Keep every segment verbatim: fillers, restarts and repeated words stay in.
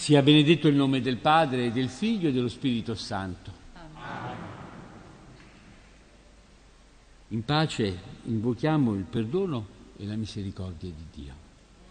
Sia benedetto il nome del Padre, del Figlio e dello Spirito Santo. Amen. In pace invochiamo il perdono e la misericordia di Dio.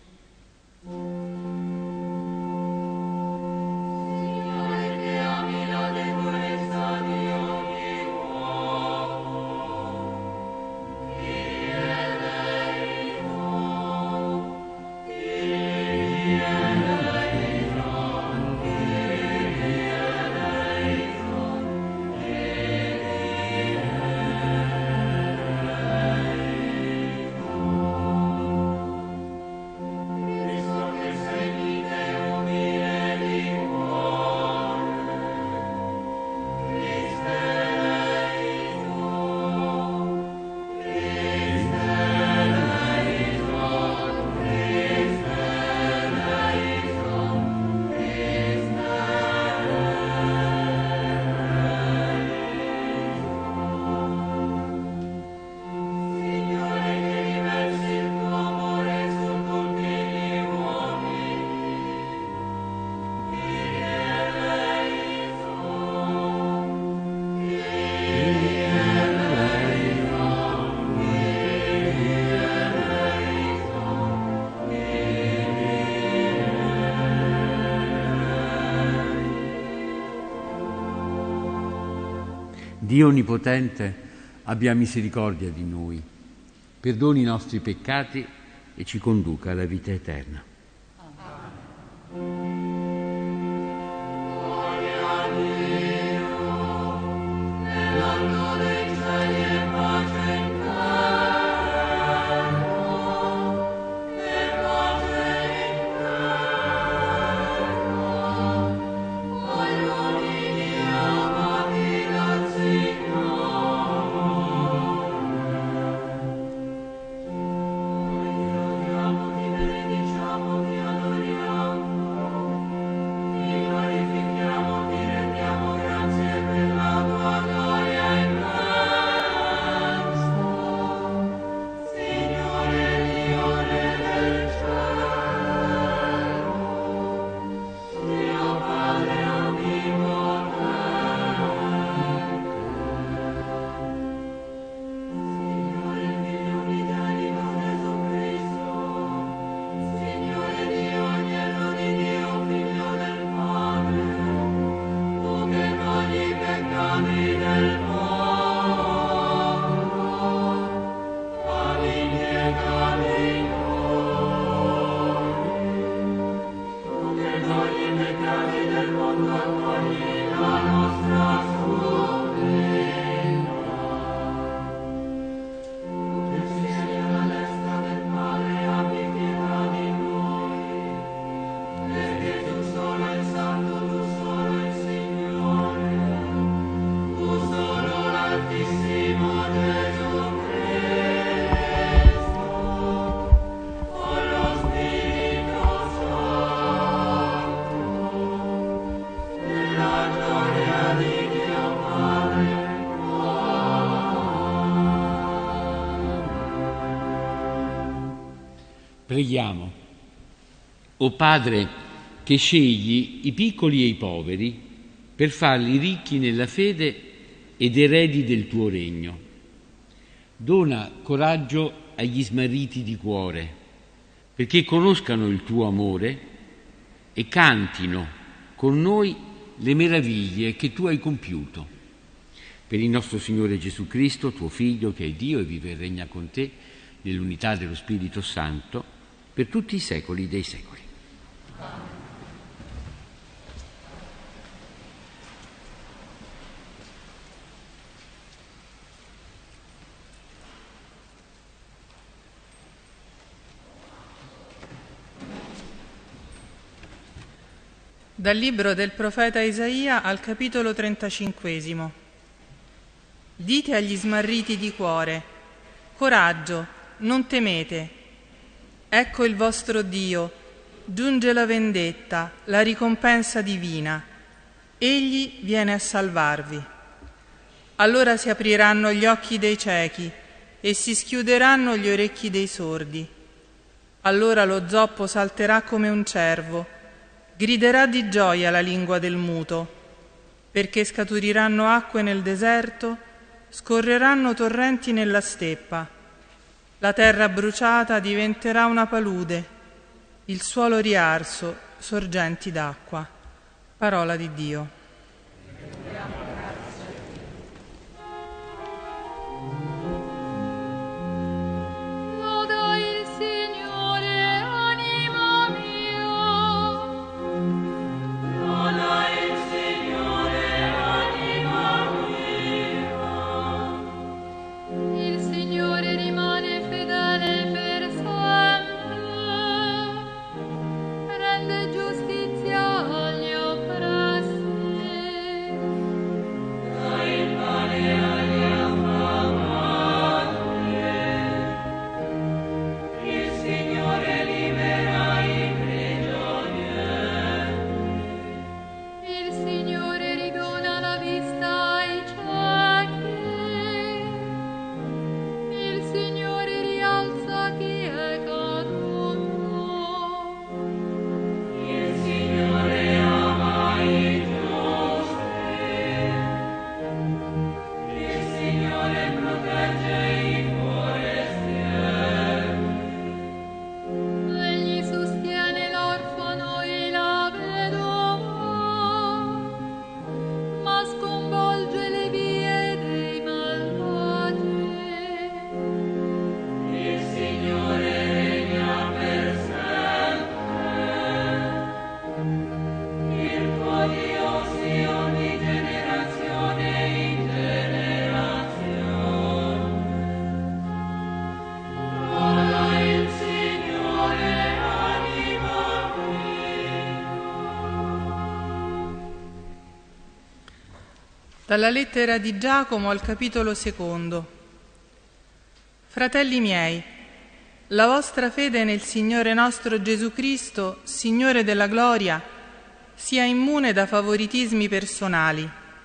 Dio Onnipotente abbia misericordia di noi, perdoni i nostri peccati e ci conduca alla vita eterna. Amen. Preghiamo. O Padre, che scegli i piccoli e i poveri per farli ricchi nella fede ed eredi del tuo regno, dona coraggio agli smarriti di cuore, perché conoscano il tuo amore e cantino con noi le meraviglie che tu hai compiuto. Per il nostro Signore Gesù Cristo, tuo Figlio, che è Dio e vive e regna con te nell'unità dello Spirito Santo, per tutti i secoli dei secoli. Dal libro del profeta Isaia al capitolo trentacinquesimo. Dite agli smarriti di cuore: coraggio, non temete. Ecco il vostro Dio, giunge la vendetta, la ricompensa divina. Egli viene a salvarvi. Allora si apriranno gli occhi dei ciechi e si schiuderanno gli orecchi dei sordi. Allora lo zoppo salterà come un cervo, Griderà di gioia la lingua del muto, perché scaturiranno acque nel deserto, scorreranno torrenti nella steppa. La terra bruciata diventerà una palude, il suolo riarso, sorgenti d'acqua. Parola di Dio. Dalla lettera di Giacomo al capitolo secondo. Fratelli miei, la vostra fede nel Signore nostro Gesù Cristo, Signore della gloria, sia immune da favoritismi personali.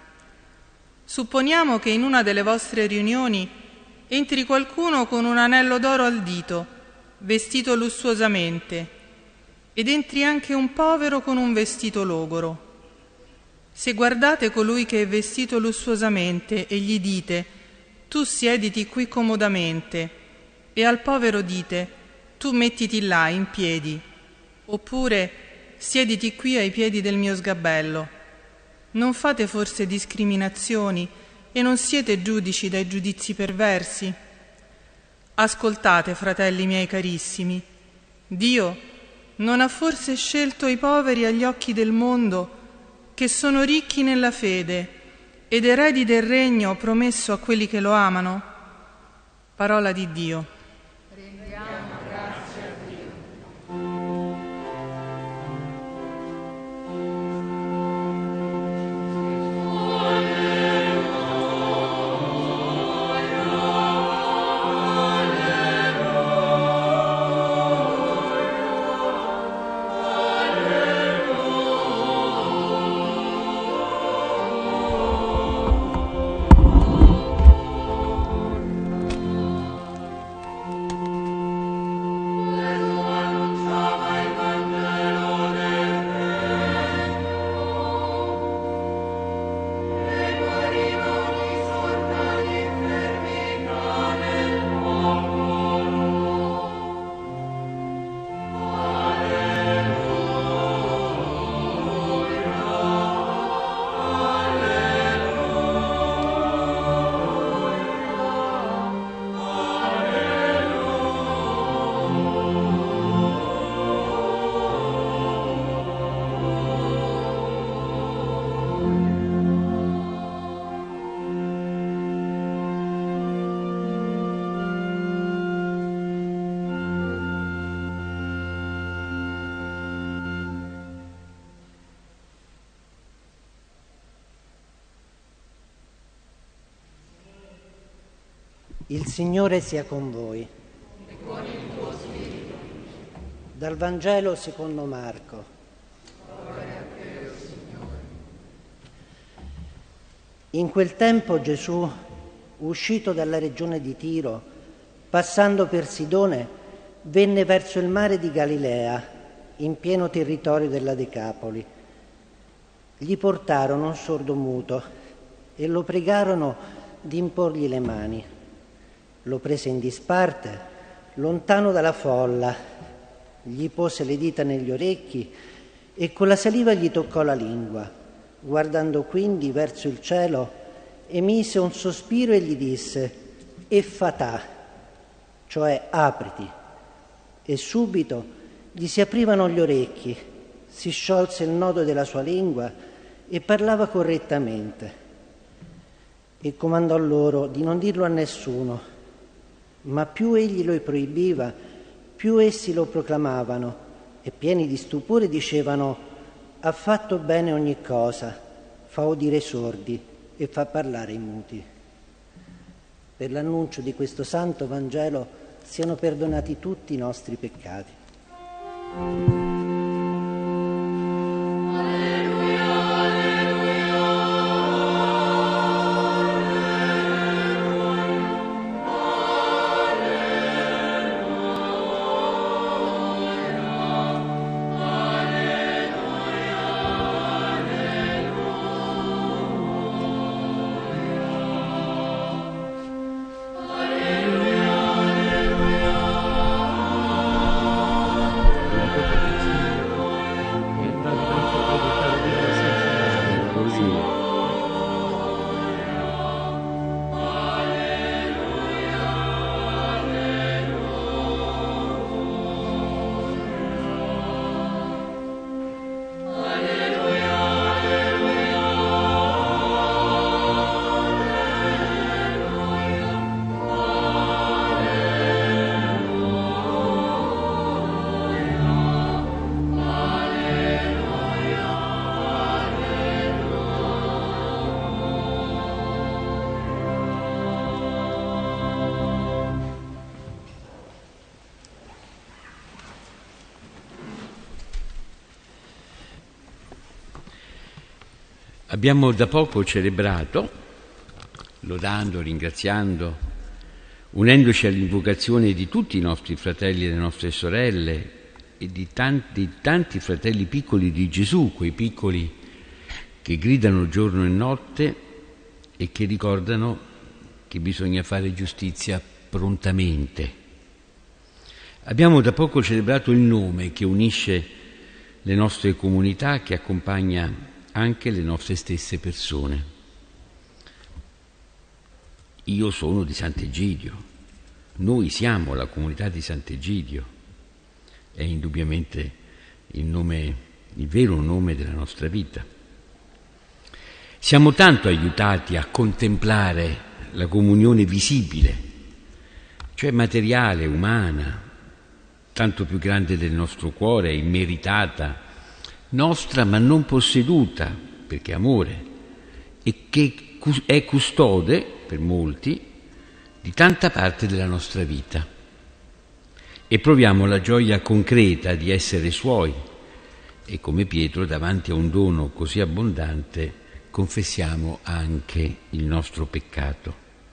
Supponiamo che in una delle vostre riunioni entri qualcuno con un anello d'oro al dito, vestito lussuosamente, ed entri anche un povero con un vestito logoro. Se guardate colui che è vestito lussuosamente e gli dite «Tu siediti qui comodamente», e al povero dite «Tu mettiti là in piedi», oppure «Siediti qui ai piedi del mio sgabello», non fate forse discriminazioni e non siete giudici dai giudizi perversi? Ascoltate, fratelli miei carissimi, Dio non ha forse scelto i poveri agli occhi del mondo, che sono ricchi nella fede ed eredi del regno promesso a quelli che lo amano? Parola di Dio. Rendiamo grazie a Dio. Il Signore sia con voi. E con il tuo spirito. Dal Vangelo secondo Marco. Gloria a te, Signore. In quel tempo Gesù, uscito dalla regione di Tiro, passando per Sidone, venne verso il mare di Galilea in pieno territorio della Decapoli. Gli portarono un sordo muto e lo pregarono di imporgli le mani. Lo prese in disparte, lontano dalla folla, gli pose le dita negli orecchi e con la saliva gli toccò la lingua. Guardando quindi verso il cielo, emise un sospiro e gli disse: Effatà, cioè apriti. E subito gli si aprivano gli orecchi, si sciolse il nodo della sua lingua e parlava correttamente. E comandò loro di non dirlo a nessuno, ma più egli lo proibiva, più essi lo proclamavano e pieni di stupore dicevano: ha fatto bene ogni cosa, fa udire i sordi e fa parlare i muti. Per l'annuncio di questo santo Vangelo siano perdonati tutti i nostri peccati. Abbiamo da poco celebrato, lodando, ringraziando, unendoci all'invocazione di tutti i nostri fratelli e le nostre sorelle e di tanti, tanti fratelli piccoli di Gesù, quei piccoli che gridano giorno e notte e che ricordano che bisogna fare giustizia prontamente. Abbiamo da poco celebrato il nome che unisce le nostre comunità, che accompagna anche le nostre stesse persone. Io sono di Sant'Egidio, noi siamo la comunità di Sant'Egidio, è indubbiamente il nome, il vero nome della nostra vita. Siamo tanto aiutati a contemplare la comunione visibile, cioè materiale, umana, tanto più grande del nostro cuore, immeritata, nostra ma non posseduta, perché amore, e che è custode, per molti, di tanta parte della nostra vita. E proviamo la gioia concreta di essere Suoi e come Pietro, davanti a un dono così abbondante, confessiamo anche il nostro peccato.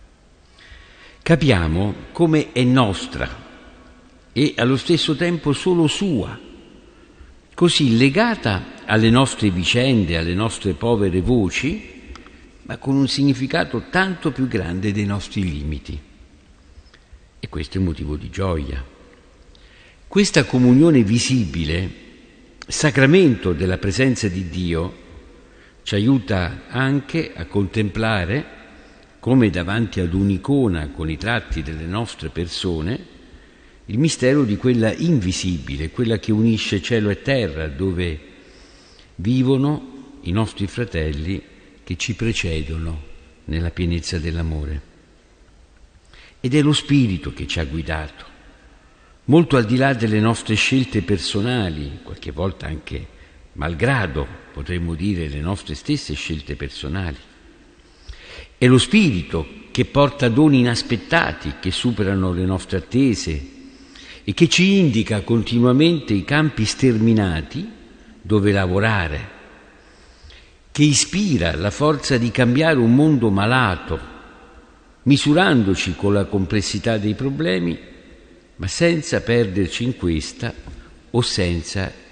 Capiamo come è nostra e allo stesso tempo solo Sua, così legata alle nostre vicende, alle nostre povere voci, ma con un significato tanto più grande dei nostri limiti. E questo è motivo di gioia. Questa comunione visibile, sacramento della presenza di Dio, ci aiuta anche a contemplare come davanti ad un'icona con i tratti delle nostre persone il mistero di quella invisibile, quella che unisce cielo e terra, dove vivono i nostri fratelli che ci precedono nella pienezza dell'amore. Ed è lo Spirito che ci ha guidato, molto al di là delle nostre scelte personali, qualche volta anche malgrado, potremmo dire, le nostre stesse scelte personali. È lo Spirito che porta doni inaspettati, che superano le nostre attese, e che ci indica continuamente i campi sterminati dove lavorare, che ispira la forza di cambiare un mondo malato, misurandoci con la complessità dei problemi, ma senza perderci in questa o senza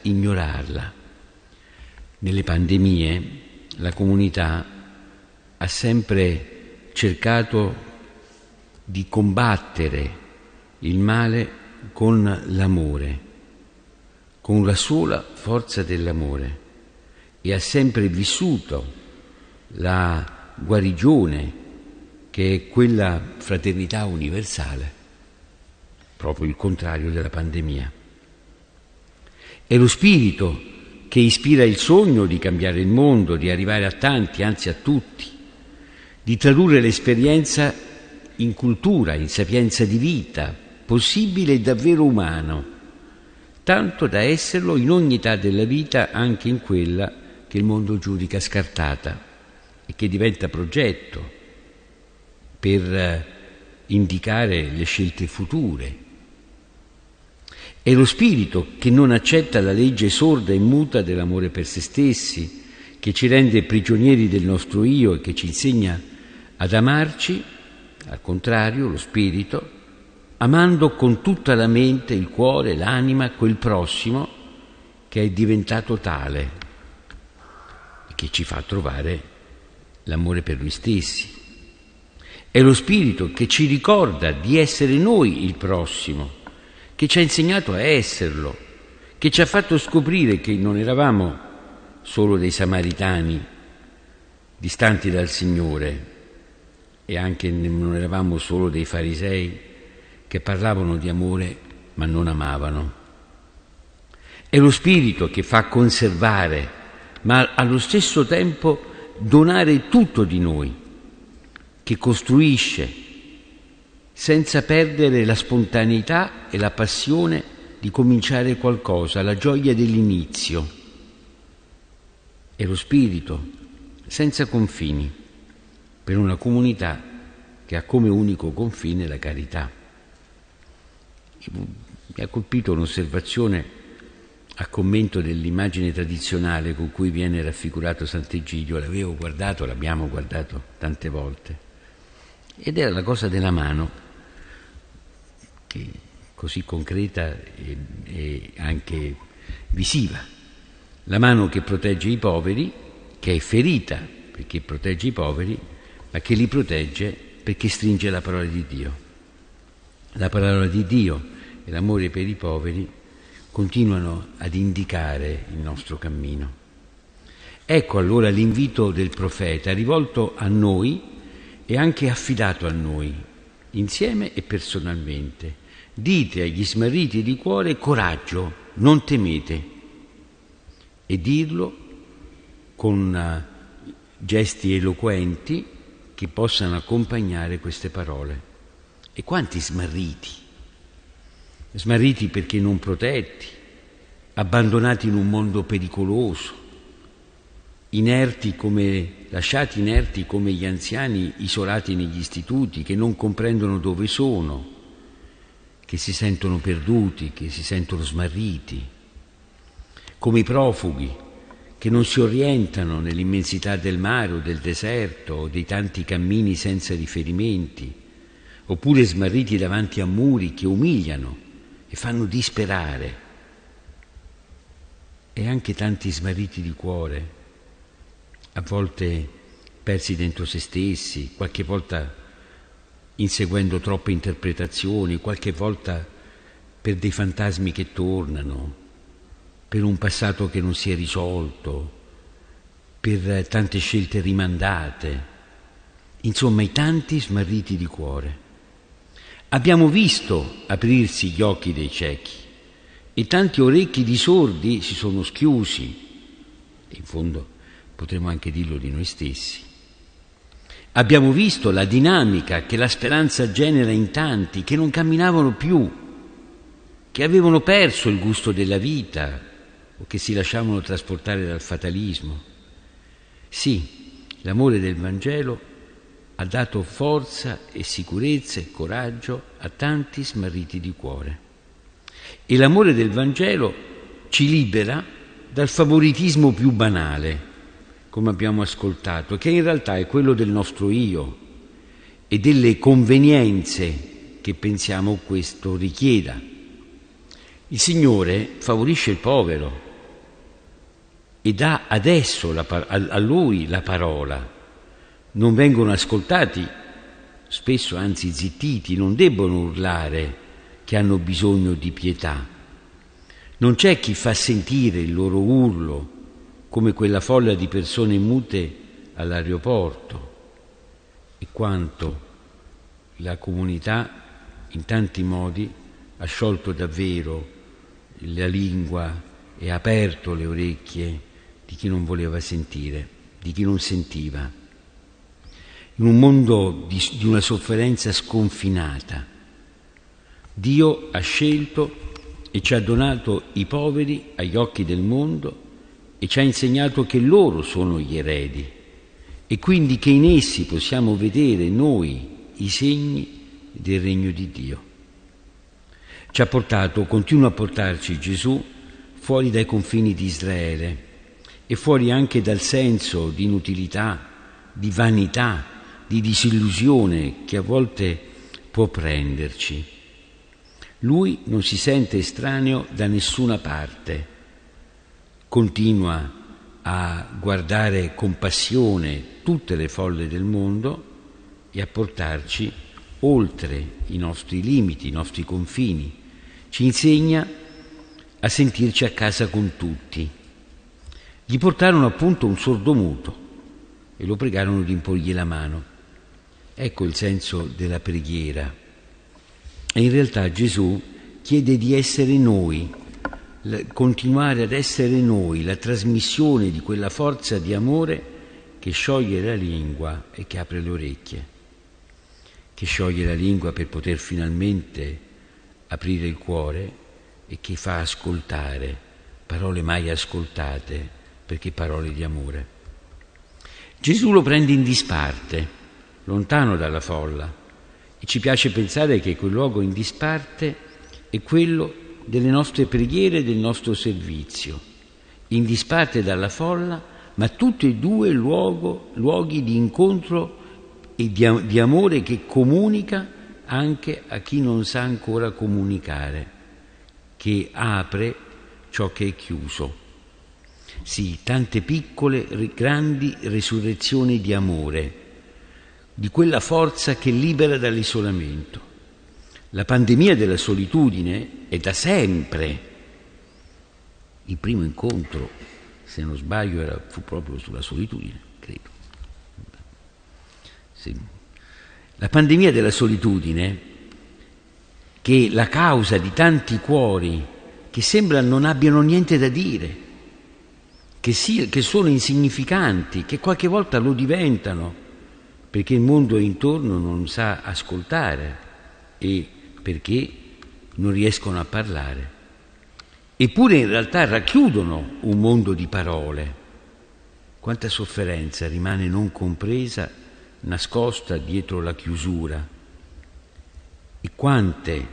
ignorarla. Nelle pandemie la comunità ha sempre cercato di combattere il male con l'amore, con la sola forza dell'amore, e ha sempre vissuto la guarigione, che è quella fraternità universale, proprio il contrario della pandemia. È lo spirito che ispira il sogno di cambiare il mondo, di arrivare a tanti, anzi a tutti, di tradurre l'esperienza in cultura, in sapienza di vita, possibile e davvero umano, tanto da esserlo in ogni età della vita, anche in quella che il mondo giudica scartata e che diventa progetto per indicare le scelte future. È lo spirito che non accetta la legge sorda e muta dell'amore per se stessi, che ci rende prigionieri del nostro io e che ci insegna ad amarci, al contrario, lo spirito, amando con tutta la mente, il cuore, l'anima, quel prossimo che è diventato tale e che ci fa trovare l'amore per noi stessi. È lo spirito che ci ricorda di essere noi il prossimo, che ci ha insegnato a esserlo, che ci ha fatto scoprire che non eravamo solo dei samaritani distanti dal Signore, e anche non eravamo solo dei farisei che parlavano di amore ma non amavano. È lo spirito che fa conservare, ma allo stesso tempo donare tutto di noi, che costruisce senza perdere la spontaneità e la passione di cominciare qualcosa, la gioia dell'inizio. È lo spirito senza confini per una comunità che ha come unico confine la carità. Mi ha colpito un'osservazione a commento dell'immagine tradizionale con cui viene raffigurato Sant'Egidio. L'avevo guardato, l'abbiamo guardato tante volte, ed era la cosa della mano, che così concreta e, e anche visiva. La mano che protegge i poveri, che è ferita perché protegge i poveri, ma che li protegge perché stringe la parola di Dio. La parola di Dio e l'amore per i poveri continuano ad indicare il nostro cammino. Ecco allora l'invito del profeta, rivolto a noi e anche affidato a noi, insieme e personalmente. Dite agli smarriti di cuore: coraggio, non temete. E dirlo con gesti eloquenti che possano accompagnare queste parole. E quanti smarriti? Smarriti perché non protetti, abbandonati in un mondo pericoloso, inerti come, lasciati inerti come gli anziani isolati negli istituti, che non comprendono dove sono, che si sentono perduti, che si sentono smarriti, come i profughi che non si orientano nell'immensità del mare o del deserto o dei tanti cammini senza riferimenti, oppure smarriti davanti a muri che umiliano e fanno disperare, e anche tanti smarriti di cuore, a volte persi dentro se stessi, qualche volta inseguendo troppe interpretazioni, qualche volta per dei fantasmi che tornano, per un passato che non si è risolto, per tante scelte rimandate, insomma i tanti smarriti di cuore. Abbiamo visto aprirsi gli occhi dei ciechi e tanti orecchi di sordi si sono schiusi, e in fondo potremmo anche dirlo di noi stessi. Abbiamo visto la dinamica che la speranza genera in tanti che non camminavano più, che avevano perso il gusto della vita o che si lasciavano trasportare dal fatalismo. Sì, l'amore del Vangelo ha dato forza e sicurezza e coraggio a tanti smarriti di cuore. E l'amore del Vangelo ci libera dal favoritismo più banale, come abbiamo ascoltato, che in realtà è quello del nostro io e delle convenienze che pensiamo questo richieda. Il Signore favorisce il povero, e dà adesso la, a lui la parola. Non vengono ascoltati, spesso anzi zittiti, non debbono urlare che hanno bisogno di pietà. Non c'è chi fa sentire il loro urlo come quella folla di persone mute all'aeroporto. E quanto la comunità in tanti modi ha sciolto davvero la lingua e ha aperto le orecchie di chi non voleva sentire, di chi non sentiva. In un mondo di, di una sofferenza sconfinata, Dio ha scelto e ci ha donato i poveri agli occhi del mondo e ci ha insegnato che loro sono gli eredi e quindi che in essi possiamo vedere noi i segni del regno di Dio. Ci ha portato, continua a portarci Gesù fuori dai confini di Israele e fuori anche dal senso di inutilità, di vanità, di disillusione che a volte può prenderci. Lui non si sente estraneo da nessuna parte, continua a guardare con passione tutte le folle del mondo e a portarci oltre i nostri limiti, i nostri confini. Ci insegna a sentirci a casa con tutti. Gli portarono appunto un sordomuto e lo pregarono di imporgli la mano. Ecco il senso della preghiera. E in realtà Gesù chiede di essere noi, continuare ad essere noi, la trasmissione di quella forza di amore che scioglie la lingua e che apre le orecchie, che scioglie la lingua per poter finalmente aprire il cuore e che fa ascoltare parole mai ascoltate, perché parole di amore. Gesù lo prende in disparte, lontano dalla folla, e ci piace pensare che quel luogo in disparte è quello delle nostre preghiere e del nostro servizio, in disparte dalla folla, ma tutti e due luogo, luoghi di incontro e di, di amore che comunica anche a chi non sa ancora comunicare, che apre ciò che è chiuso. Sì, tante piccole, grandi resurrezioni di amore, di quella forza che libera dall'isolamento. La pandemia della solitudine è da sempre. Il primo incontro, se non sbaglio, era, fu proprio sulla solitudine, credo. Sì. La pandemia della solitudine, che è la causa di tanti cuori che sembra non abbiano niente da dire, che, si, che sono insignificanti, che qualche volta lo diventano, perché il mondo intorno non sa ascoltare e perché non riescono a parlare. Eppure in realtà racchiudono un mondo di parole. Quanta sofferenza rimane non compresa, nascosta dietro la chiusura. E quante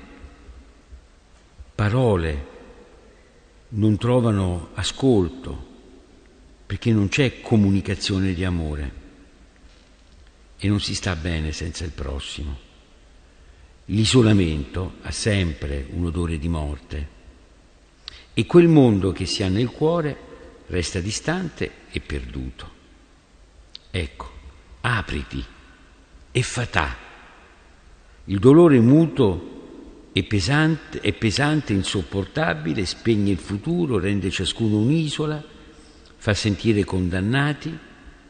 parole non trovano ascolto, perché non c'è comunicazione di amore. E non si sta bene senza il prossimo. L'isolamento ha sempre un odore di morte e quel mondo che si ha nel cuore resta distante e perduto. Ecco, apriti e fatà. Il dolore muto è pesante, è pesante, insopportabile, spegne il futuro, rende ciascuno un'isola, fa sentire condannati.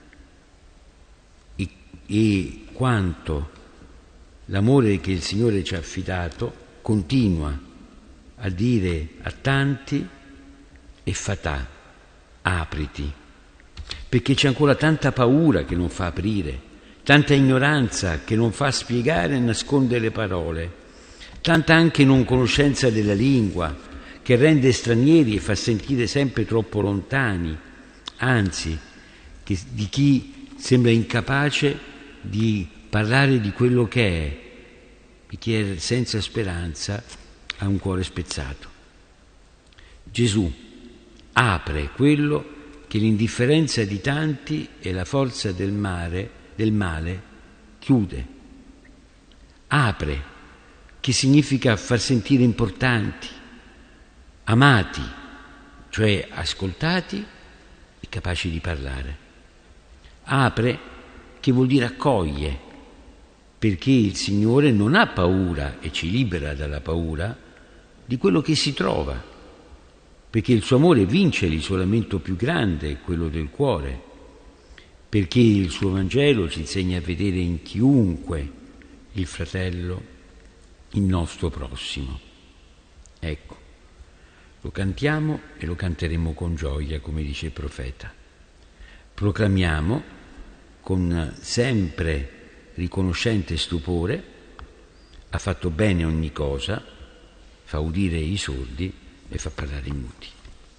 E quanto l'amore che il Signore ci ha affidato continua a dire a tanti e fatà, apriti, perché c'è ancora tanta paura che non fa aprire, tanta ignoranza che non fa spiegare e nasconde le parole, tanta anche non conoscenza della lingua che rende stranieri e fa sentire sempre troppo lontani, anzi che, di chi sembra incapace di parlare di quello che è, e chi è senza speranza ha un cuore spezzato. Gesù apre quello che l'indifferenza di tanti e la forza del male, del male chiude. Apre, che significa far sentire importanti, amati, cioè ascoltati e capaci di parlare. Apre, che vuol dire accoglie, perché il Signore non ha paura e ci libera dalla paura di quello che si trova, perché il suo amore vince l'isolamento più grande, quello del cuore, perché il suo Vangelo ci insegna a vedere in chiunque il fratello, il nostro prossimo. Ecco, lo cantiamo e lo canteremo con gioia, come dice il profeta. Proclamiamo con sempre riconoscente stupore: ha fatto bene ogni cosa, fa udire i sordi e fa parlare i muti.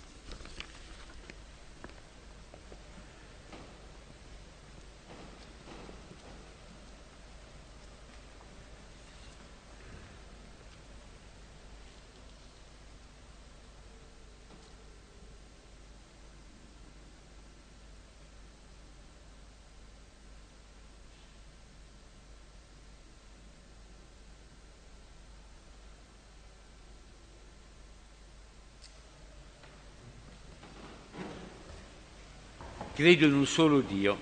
Credo in un solo Dio,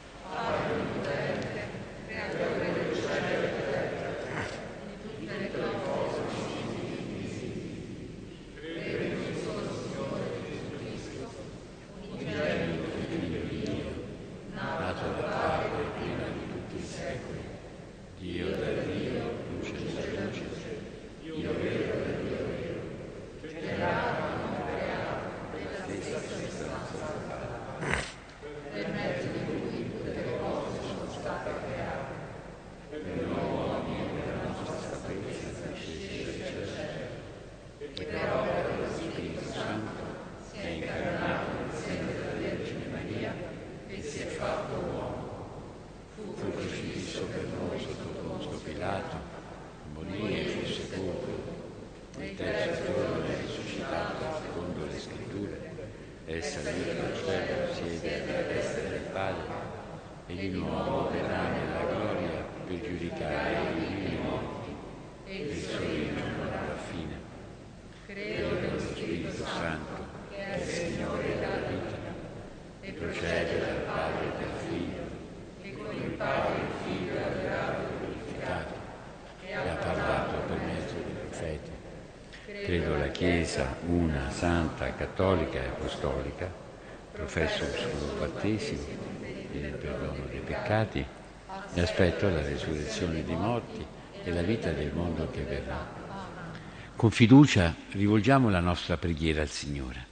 Chiesa una, santa, cattolica e apostolica, professo il suo battesimo e il perdono dei peccati e aspetto la resurrezione dei morti e la vita del mondo che verrà. Con fiducia rivolgiamo la nostra preghiera al Signore.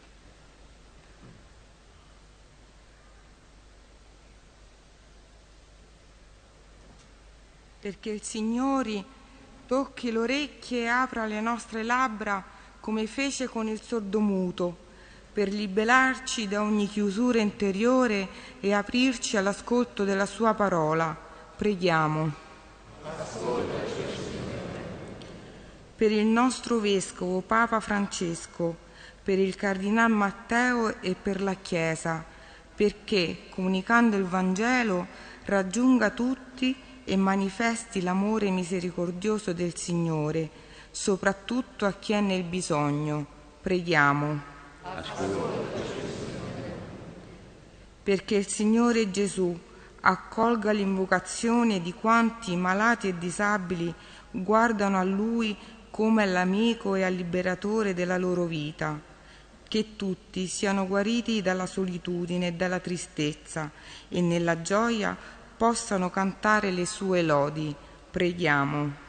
Perché il Signore tocchi le orecchie e apra le nostre labbra come fece con il sordomuto, per liberarci da ogni chiusura interiore e aprirci all'ascolto della sua parola. Preghiamo. Per il nostro Vescovo Papa Francesco, per il Cardinal Matteo e per la Chiesa, perché, comunicando il Vangelo, raggiunga tutti e manifesti l'amore misericordioso del Signore, soprattutto a chi è nel bisogno. Preghiamo. Perché il Signore Gesù accolga l'invocazione di quanti malati e disabili guardano a Lui come all'amico e al liberatore della loro vita, che tutti siano guariti dalla solitudine e dalla tristezza e nella gioia possano cantare le sue lodi. Preghiamo.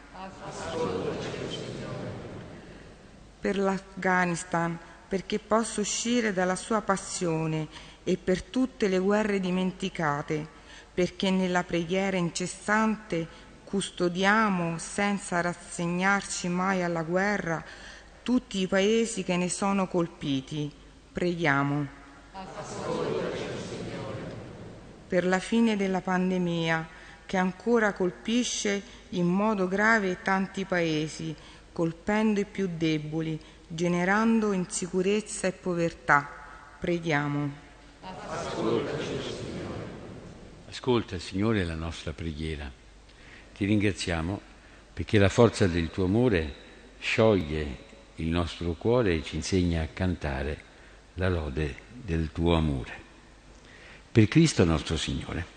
Per l'Afghanistan, perché possa uscire dalla sua passione, e per tutte le guerre dimenticate, perché nella preghiera incessante custodiamo, senza rassegnarci mai alla guerra, tutti i paesi che ne sono colpiti. Preghiamo. Per la fine della pandemia, che ancora colpisce in modo grave tanti paesi, colpendo i più deboli, generando insicurezza e povertà. Preghiamo. Ascoltaci, Signore. Ascolta, Signore, la nostra preghiera. Ti ringraziamo perché la forza del tuo amore scioglie il nostro cuore e ci insegna a cantare la lode del tuo amore. Per Cristo nostro Signore.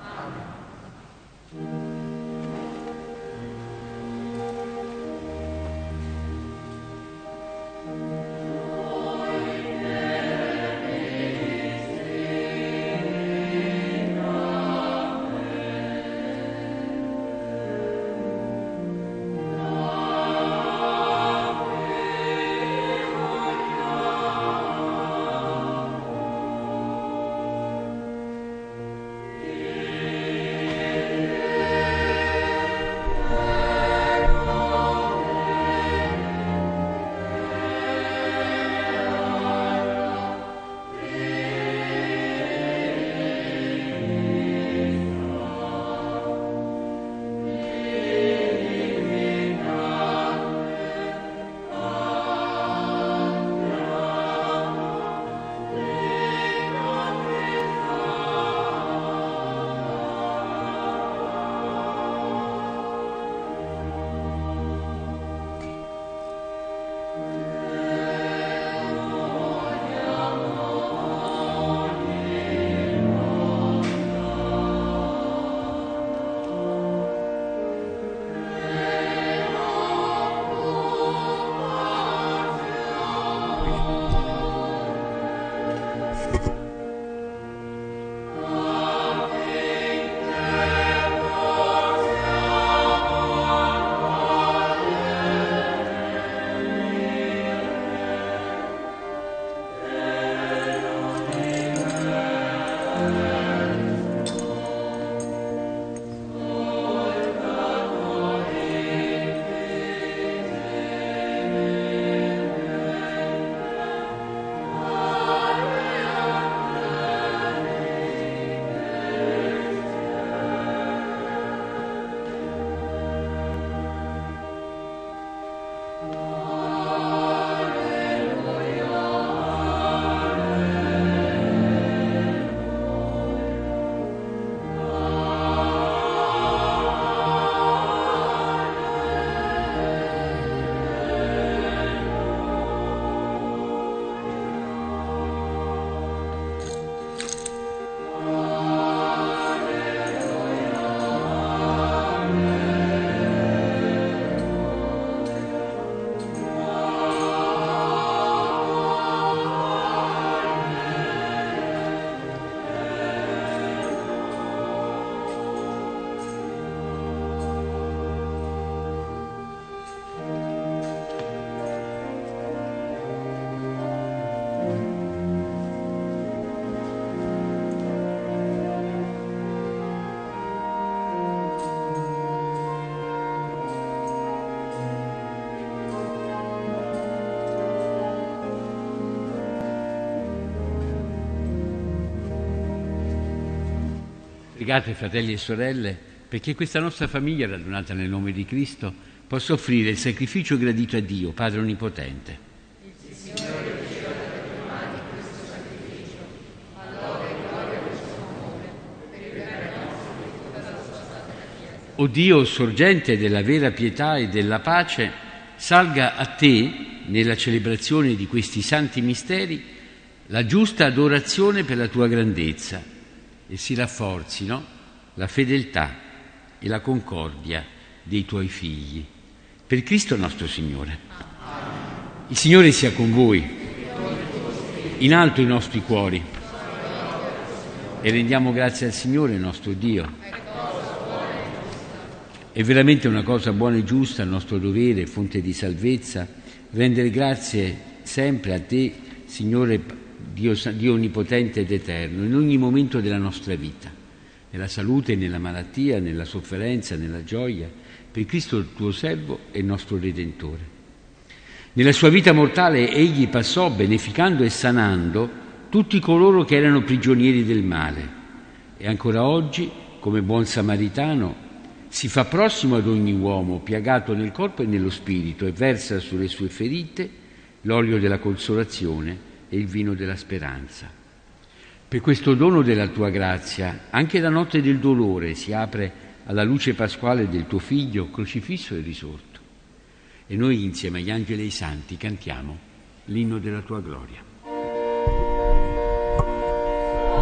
Pregate, fratelli e sorelle, perché questa nostra famiglia, radunata nel nome di Cristo, possa offrire il sacrificio gradito a Dio, Padre Onnipotente. Il Signore riceva dalle tue mani questo sacrificio, a lode e gloria del suo amore, per il bene nostro e di tutta la sua santa Chiesa. O Dio, sorgente della vera pietà e della pace, salga a te, nella celebrazione di questi santi misteri, la giusta adorazione per la tua grandezza, e si rafforzino la fedeltà e la concordia dei tuoi figli. Per Cristo nostro Signore. Il Signore sia con voi. In alto i nostri cuori. E rendiamo grazie al Signore nostro Dio. È veramente una cosa buona e giusta, il nostro dovere, fonte di salvezza, rendere grazie sempre a te, Signore Dio, Dio onnipotente ed eterno, in ogni momento della nostra vita, nella salute, nella malattia, nella sofferenza, nella gioia, per Cristo il tuo servo e il nostro Redentore. Nella sua vita mortale egli passò beneficando e sanando tutti coloro che erano prigionieri del male, e ancora oggi, come buon samaritano, si fa prossimo ad ogni uomo piagato nel corpo e nello spirito e versa sulle sue ferite l'olio della consolazione e il vino della speranza. Per questo dono della tua grazia, anche la notte del dolore si apre alla luce pasquale del tuo Figlio crocifisso e risorto. E noi insieme agli angeli e ai santi cantiamo l'inno della tua gloria.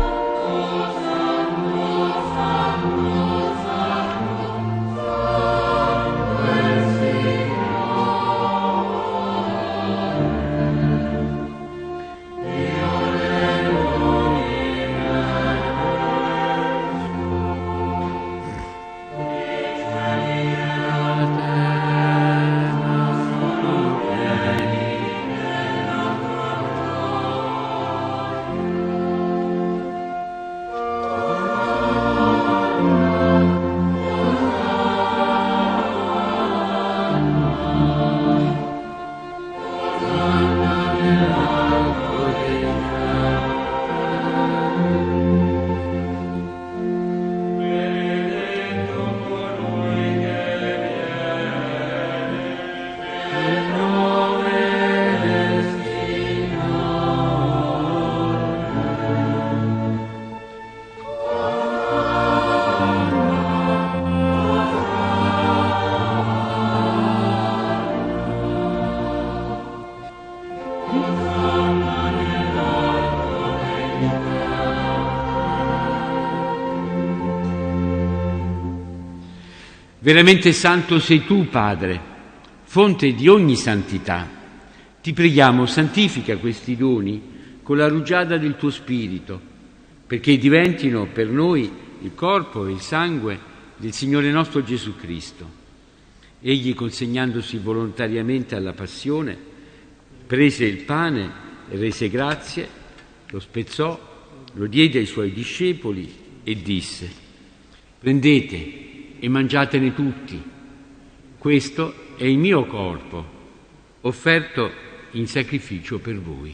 Veramente santo sei tu, Padre, fonte di ogni santità. Ti preghiamo, santifica questi doni con la rugiada del tuo Spirito, perché diventino per noi il corpo e il sangue del Signore nostro Gesù Cristo. Egli, consegnandosi volontariamente alla passione, prese il pane e rese grazie, lo spezzò, lo diede ai suoi discepoli e disse: prendete e mangiatene tutti. Questo è il mio corpo, offerto in sacrificio per voi.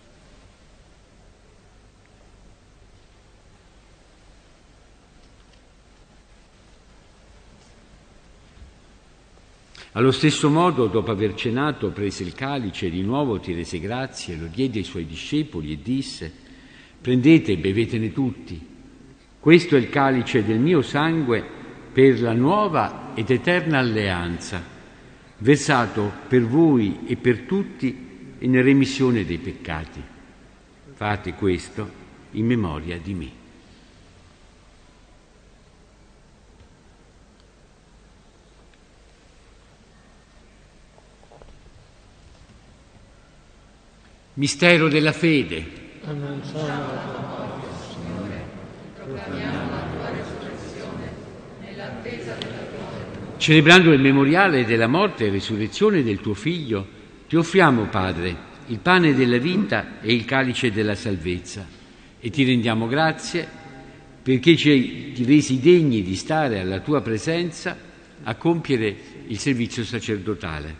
Allo stesso modo, dopo aver cenato, prese il calice, di nuovo ti rese grazie, lo diede ai suoi discepoli e disse: prendete e bevetene tutti. Questo è il calice del mio sangue per la nuova ed eterna alleanza, versato per voi e per tutti in remissione dei peccati. Fate questo in memoria di me. Mistero della fede. Annunciamo la tua morte, Signore, proclamiamo la tua resurrezione nell'attesa della tua venuta. Celebrando il memoriale della morte e resurrezione del tuo Figlio, ti offriamo, Padre, il pane della vita e il calice della salvezza, e ti rendiamo grazie perché ci hai resi degni di stare alla tua presenza a compiere il servizio sacerdotale.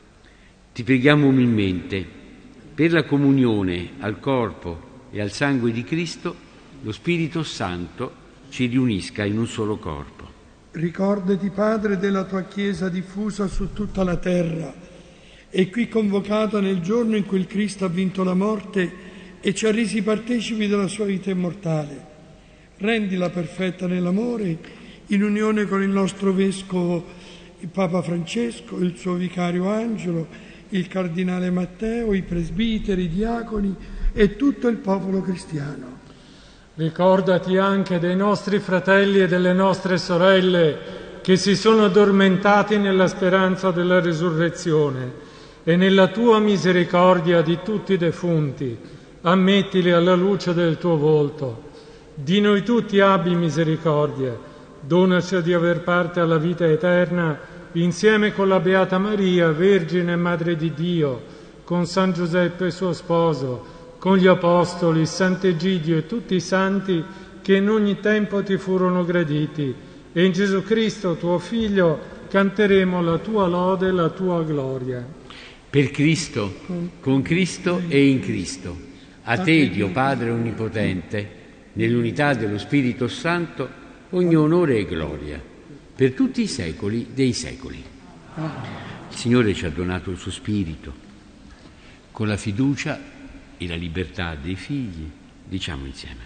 Ti preghiamo umilmente per la comunione al corpo e al sangue di Cristo, lo Spirito Santo ci riunisca in un solo corpo. Ricordati, Padre, della tua Chiesa diffusa su tutta la terra e qui convocata nel giorno in cui il Cristo ha vinto la morte e ci ha resi partecipi della sua vita immortale. Rendila perfetta nell'amore, in unione con il nostro Vescovo, il Papa Francesco, il suo Vicario Angelo, il Cardinale Matteo, i presbiteri, i diaconi e tutto il popolo cristiano. Ricordati anche dei nostri fratelli e delle nostre sorelle che si sono addormentati nella speranza della risurrezione e nella tua misericordia di tutti i defunti. Ammettili alla luce del tuo volto. Di noi tutti abbi misericordia. Donaci di aver parte alla vita eterna insieme con la Beata Maria, Vergine e Madre di Dio, con San Giuseppe suo sposo, con gli Apostoli, Sant'Egidio e tutti i santi che in ogni tempo ti furono graditi, e in Gesù Cristo, tuo Figlio, canteremo la tua lode e la tua gloria. Per Cristo, con Cristo e in Cristo, a te, Dio Padre Onnipotente, nell'unità dello Spirito Santo, ogni onore e gloria, per tutti i secoli dei secoli. Il Signore ci ha donato il suo Spirito. Con la fiducia e la libertà dei figli, diciamo insieme: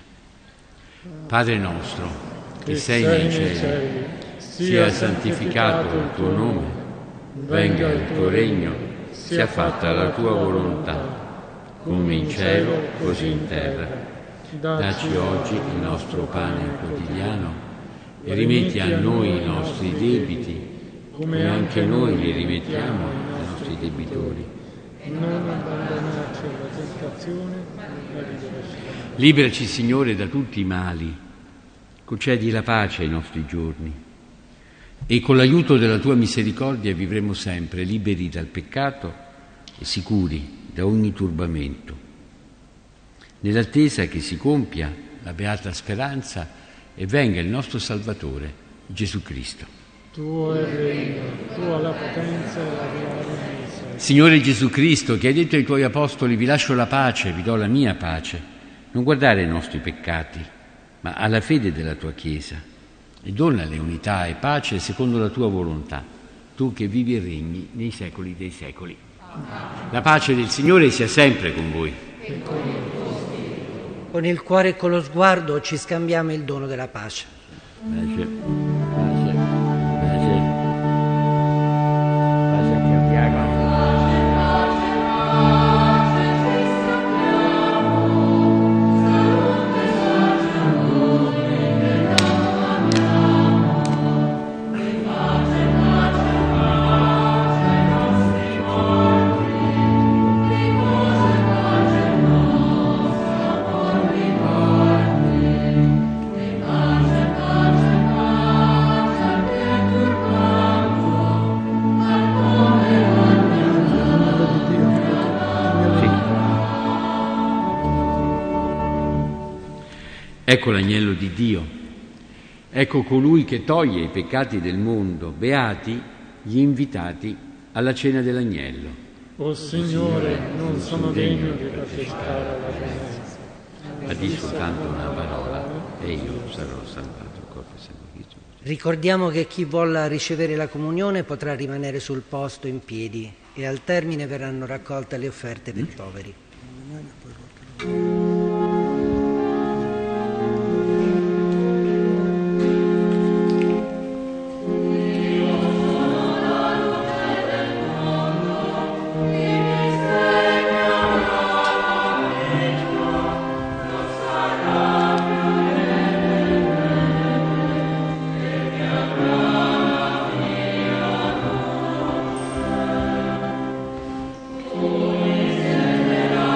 Padre nostro, che sei nei cieli, sia santificato il tuo nome, venga il tuo regno, sia fatta la tua volontà, come in cielo, così in terra. Dacci oggi il nostro pane quotidiano e rimetti a noi i nostri debiti, come anche noi li rimettiamo ai nostri debitori. Non abbandonarci alla tentazione, ma liberaci. Liberaci, Signore, da tutti i mali. Concedi la pace ai nostri giorni e con l'aiuto della tua misericordia vivremo sempre liberi dal peccato e sicuri da ogni turbamento, nell'attesa che si compia la beata speranza e venga il nostro Salvatore, Gesù Cristo. Tuo è il regno, tua la potenza e la gloria. Signore Gesù Cristo, che hai detto ai tuoi apostoli: vi lascio la pace, vi do la mia pace, non guardare ai nostri peccati, ma alla fede della tua Chiesa, e donale unità e pace secondo la tua volontà, tu che vivi e regni nei secoli dei secoli. La pace del Signore sia sempre con voi. Con il cuore e con lo sguardo ci scambiamo il dono della pace. Pace, pace, pace. Pace a Santiago. Ecco l'agnello di Dio, ecco colui che toglie i peccati del mondo, beati gli invitati alla cena dell'agnello. O Signore, non sono degno di partecipare alla tua mensa, ma di soltanto una parola e io sarò salvato. Ricordiamo che chi vuole ricevere la comunione potrà rimanere sul posto in piedi e al termine verranno raccolte le offerte per i poveri. Come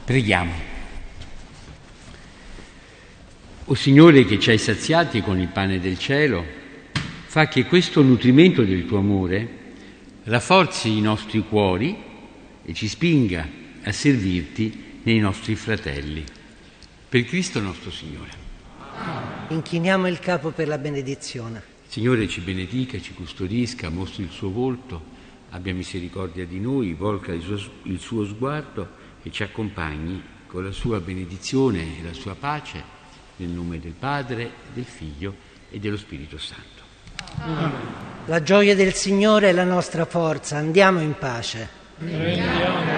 Preghiamo. O Signore, che ci hai saziati con il pane del cielo, fa che questo nutrimento del tuo amore rafforzi i nostri cuori e ci spinga a servirti nei nostri fratelli. Per Cristo nostro Signore. Inchiniamo il capo per la benedizione. Signore ci benedica, ci custodisca, mostri il suo volto, abbia misericordia di noi, volca il suo, il suo sguardo e ci accompagni con la sua benedizione e la sua pace, nel nome del Padre, del Figlio e dello Spirito Santo. La gioia del Signore è la nostra forza, andiamo in pace. Rendiamo